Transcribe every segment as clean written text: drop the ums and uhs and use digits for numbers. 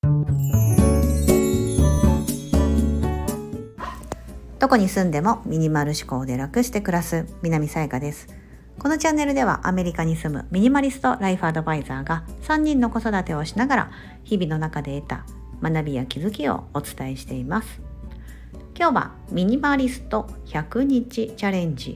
どこに住んでもミニマル思考で楽して暮らす南さやかです。このチャンネルではアメリカに住むミニマリストライフアドバイザーが3人の子育てをしながら日々の中で得た学びや気づきをお伝えしています。今日はミニマリスト100日チャレンジ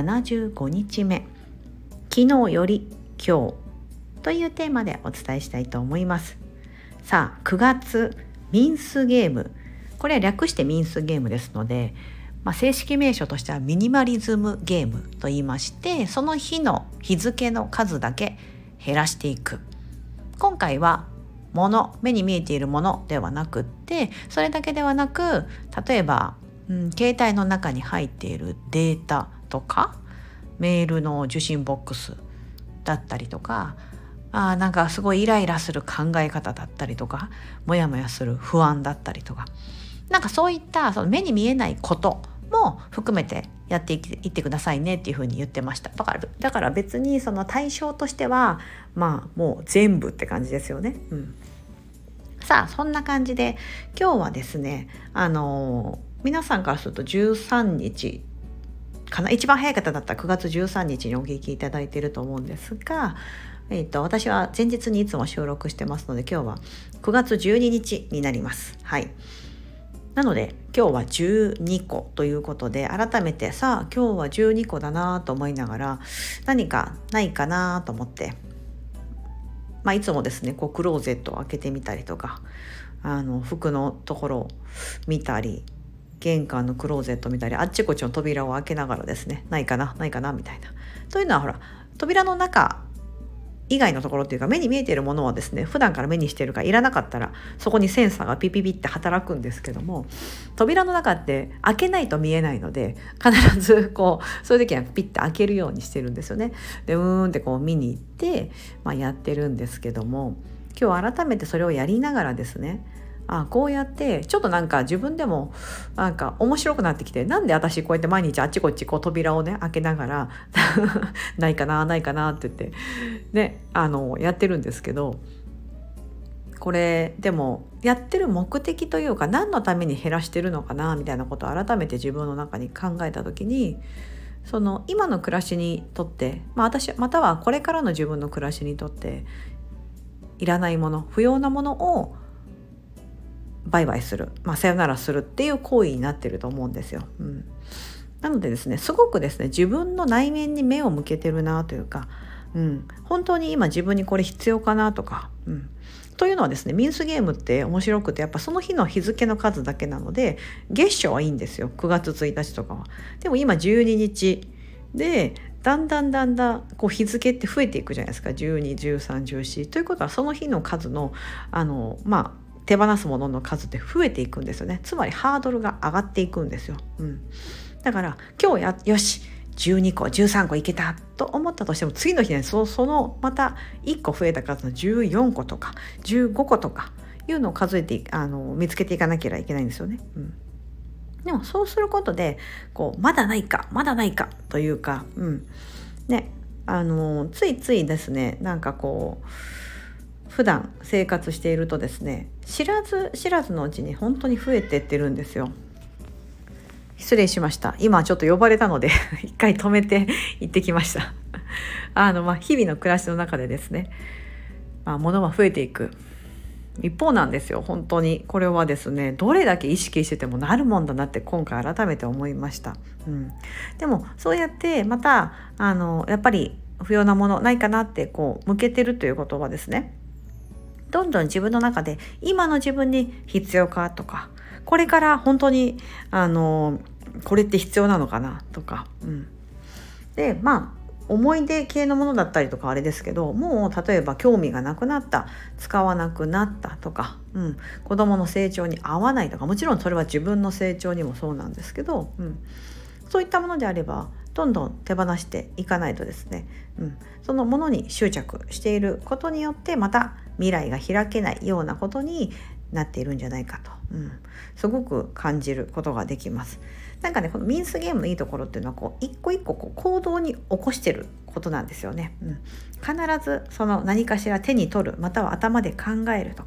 75日目、昨日より今日というテーマでお伝えしたいと思います。さあ、9月ミンスゲーム、これは略してミンスゲームですので、正式名称としてはミニマリズムゲームと言いまして、その日の日付の数だけ減らしていく。今回は目に見えているものではなくって、それだけではなく、例えば、携帯の中に入っているデータとかメールの受信ボックスだったりとか、なんかすごいイライラする考え方だったりとか、モヤモヤする不安だったりとか、なんかそういったその目に見えないことも含めてやっていってくださいねっていうふうに言ってました。だから別にその対象としてはもう全部って感じですよね。さあ、そんな感じで今日はですね、皆さんからすると13日かな、一番早い方だったら9月13日にお聞きいただいていると思うんですが、私は前日にいつも収録してますので、今日は9月12日になります。なので今日は12個ということで、改めて今日は12個だなと思いながら、何かないかなと思って、いつもですね、クローゼットを開けてみたりとか、服のところを見たり、玄関のクローゼット見たり、あっちこっちの扉を開けながらですね、ないかなみたいな。というのは扉の中以外のところっていうか、目に見えているものはですね、普段から目にしているからいらなかったらそこにセンサーがピピピって働くんですけども、扉の中って開けないと見えないので、必ずそういう時はピッて開けるようにしてるんですよね。でって見に行って、やってるんですけども、今日改めてそれをやりながらですね、こうやってちょっとなんか自分でもなんか面白くなってきて、なんで私こうやって毎日あっちこっち扉をね開けながらないかなって言ってね、やってるんですけど、これでもやってる目的というか、何のために減らしてるのかなみたいなことを改めて自分の中に考えた時に、その今の暮らしにとって、私またはこれからの自分の暮らしにとっていらないもの、不要なものをバイバイする、さよならするっていう行為になってると思うんですよ。なのでですね、すごくですね、自分の内面に目を向けてるなというか、本当に今自分にこれ必要かなとか、というのはですね、ミンスゲームって面白くて、やっぱその日の日付の数だけなので、月初はいいんですよ、9月1日とかは。でも今12日で、だんだん日付って増えていくじゃないですか。12、13、14ということは、その日の数の手放すものの数って増えていくんですよね。つまりハードルが上がっていくんですよ。だから今日よし12個13個いけたと思ったとしても、次の日ね、そのまた1個増えた数の14個とか15個とかいうのを数えて見つけていかなきゃいけないんですよね。でもそうすることでまだないかというか、ついついですね、なんか普段生活しているとですね、知らずのうちに本当に増えてってるんですよ。失礼しました。今ちょっと呼ばれたので一回止めて行ってきました。日々の暮らしの中でですね、物は増えていく一方なんですよ。本当にこれはですね、どれだけ意識しててもなるもんだなって今回改めて思いました。でもそうやってまたやっぱり不要なものないかなって向けてるということはですね、どんどん自分の中で今の自分に必要かとか、これから本当にこれって必要なのかなとか、で思い出系のものだったりとかあれですけど、もう例えば興味がなくなった、使わなくなったとか、子供の成長に合わないとか、もちろんそれは自分の成長にもそうなんですけど、そういったものであればどんどん手放していかないとですね、そのものに執着していることによってまた未来が開けないようなことになっているんじゃないかと、すごく感じることができます。なんかね、このミンスゲームのいいところっていうのは一個一個行動に起こしてることなんですよね。必ずその何かしら手に取る、または頭で考えるとか、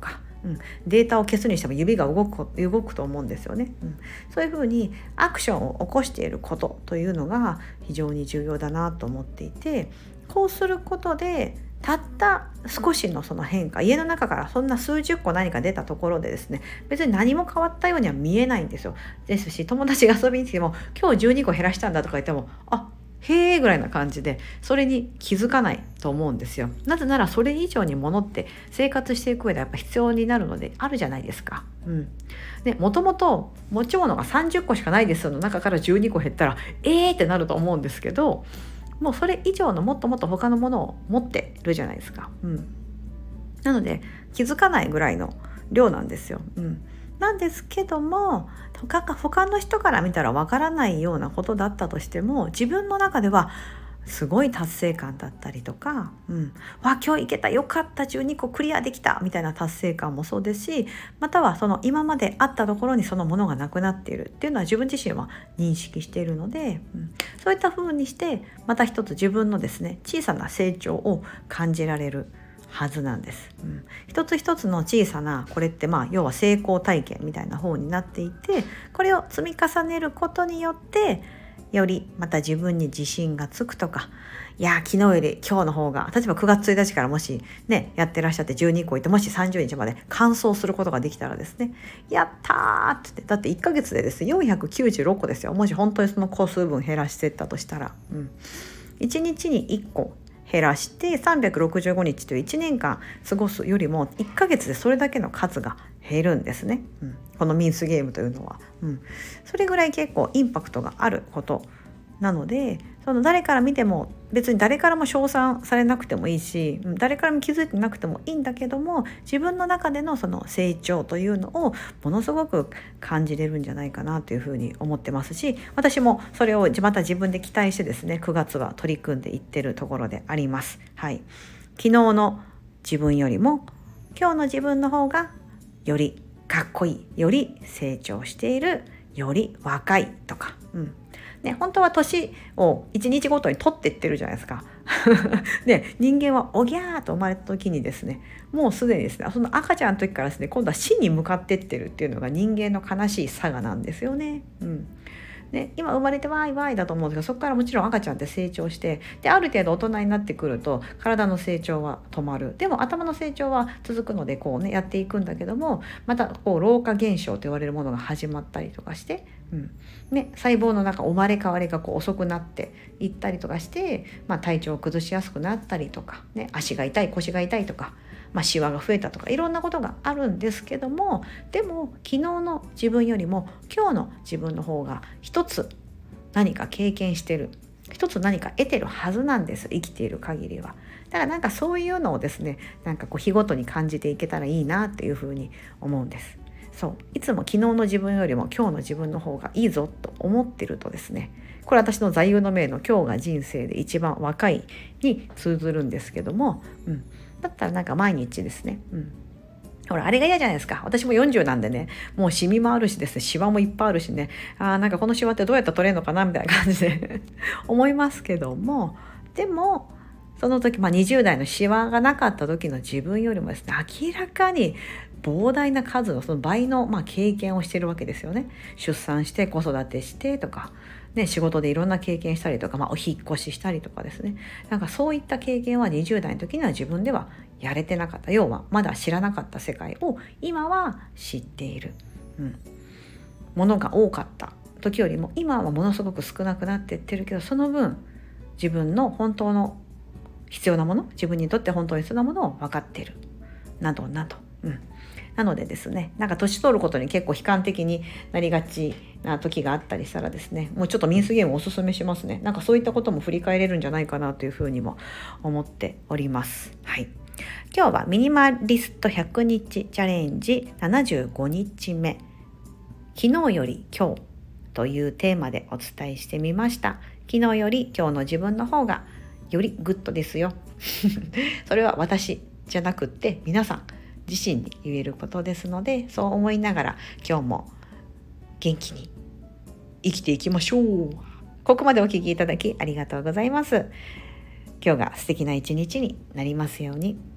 データを消すにしても指が動くと思うんですよね、そういうふうにアクションを起こしていることというのが非常に重要だなと思っていて、こうすることでたった少しのその変化、家の中からそんな数十個何か出たところでですね、別に何も変わったようには見えないんですよ。ですし、友達が遊びに来ても今日12個減らしたんだとか言っても、へーぐらいな感じでそれに気づかないと思うんですよ。なぜならそれ以上に物って生活していく上でやっぱ必要になるのであるじゃないですか。もともと持ち物が30個しかないですの中から12個減ったらってなると思うんですけど、もうそれ以上のもっともっと他のものを持ってるじゃないですか。なので気づかないぐらいの量なんですよ。なんですけども、他の人から見たらわからないようなことだったとしても、自分の中ではすごい達成感だったりとか、今日行けた、よかった、12個クリアできたみたいな達成感もそうですし、またはその今まであったところにそのものがなくなっているっていうのは自分自身は認識しているので、そういった風にしてまた一つ自分のですね、小さな成長を感じられるはずなんです。一つ一つの小さな、これって要は成功体験みたいな方になっていて、これを積み重ねることによってよりまた自分に自信がつくとか、昨日より今日の方が、例えば9月1日からもしねやってらっしゃって12個いて、もし30日まで完走することができたらですね、やったーって、だって1ヶ月でですね496個ですよ。もし本当にその個数分減らしていったとしたら、1日に1個減らして365日という1年間過ごすよりも1ヶ月でそれだけの数が減るんですね、このミンスゲームというのは、それぐらい結構インパクトがあることなので、その誰から見ても別に誰からも称賛されなくてもいいし、誰からも気づいてなくてもいいんだけども、自分の中でのその成長というのをものすごく感じれるんじゃないかなというふうに思ってますし、私もそれをまた自分で期待してですね、9月は取り組んでいってるところであります。昨日の自分よりも今日の自分の方がよりかっこいい、より成長している、より若いとか、本当は年を1日ごとに取っていってるじゃないですか。で、人間はおぎゃーと生まれた時にですね、もうすでにですね、その赤ちゃんの時からですね、今度は死に向かっていってるっていうのが人間の悲しい差がなんですよね。今生まれてワイワイだと思うんですけど、そこからもちろん赤ちゃんって成長して、である程度大人になってくると体の成長は止まる。でも頭の成長は続くのでやっていくんだけども、また老化現象と言われるものが始まったりとかして、細胞の中生まれ変わりが遅くなっていったりとかして、体調を崩しやすくなったりとか、足が痛い、腰が痛いとか、シワが増えたとか、いろんなことがあるんですけども、でも昨日の自分よりも今日の自分の方が一つ何か経験してる、一つ何か得てるはずなんです、生きている限りは。だからそういうのをですね、日ごとに感じていけたらいいなっていうふうに思うんです。いつも昨日の自分よりも今日の自分の方がいいぞと思ってるとですね、これ私の座右の銘の今日が人生で一番若いに通ずるんですけども、だったら毎日ですね、ほらあれが嫌じゃないですか。私も40なんでね、もうシミもあるしですね、シワもいっぱいあるしね、このシワってどうやったら取れるのかなみたいな感じで思いますけども、でもその時、20代のシワがなかった時の自分よりもですね、明らかに膨大な数のその倍の経験をしているわけですよね。出産して子育てしてとか、仕事でいろんな経験したりとか、お引っ越ししたりとかですね、そういった経験は20代の時には自分ではやれてなかった、要はまだ知らなかった世界を今は知っている、ものが多かった時よりも今はものすごく少なくなっていってるけど、その分自分の本当の必要なもの、自分にとって本当に必要なものを分かっているなどなど、なのでですね、年取ることに結構悲観的になりがちな時があったりしたらですね、もうちょっとミンスゲームをおすすめしますね。そういったことも振り返れるんじゃないかなというふうにも思っております。今日はミニマリスト100日チャレンジ75日目、昨日より今日というテーマでお伝えしてみました。昨日より今日の自分の方がよりグッドですよそれは私じゃなくって皆さん自身に言えることですので、そう思いながら今日も元気に生きていきましょう。ここまでお聞きいただきありがとうございます。今日が素敵な一日になりますように。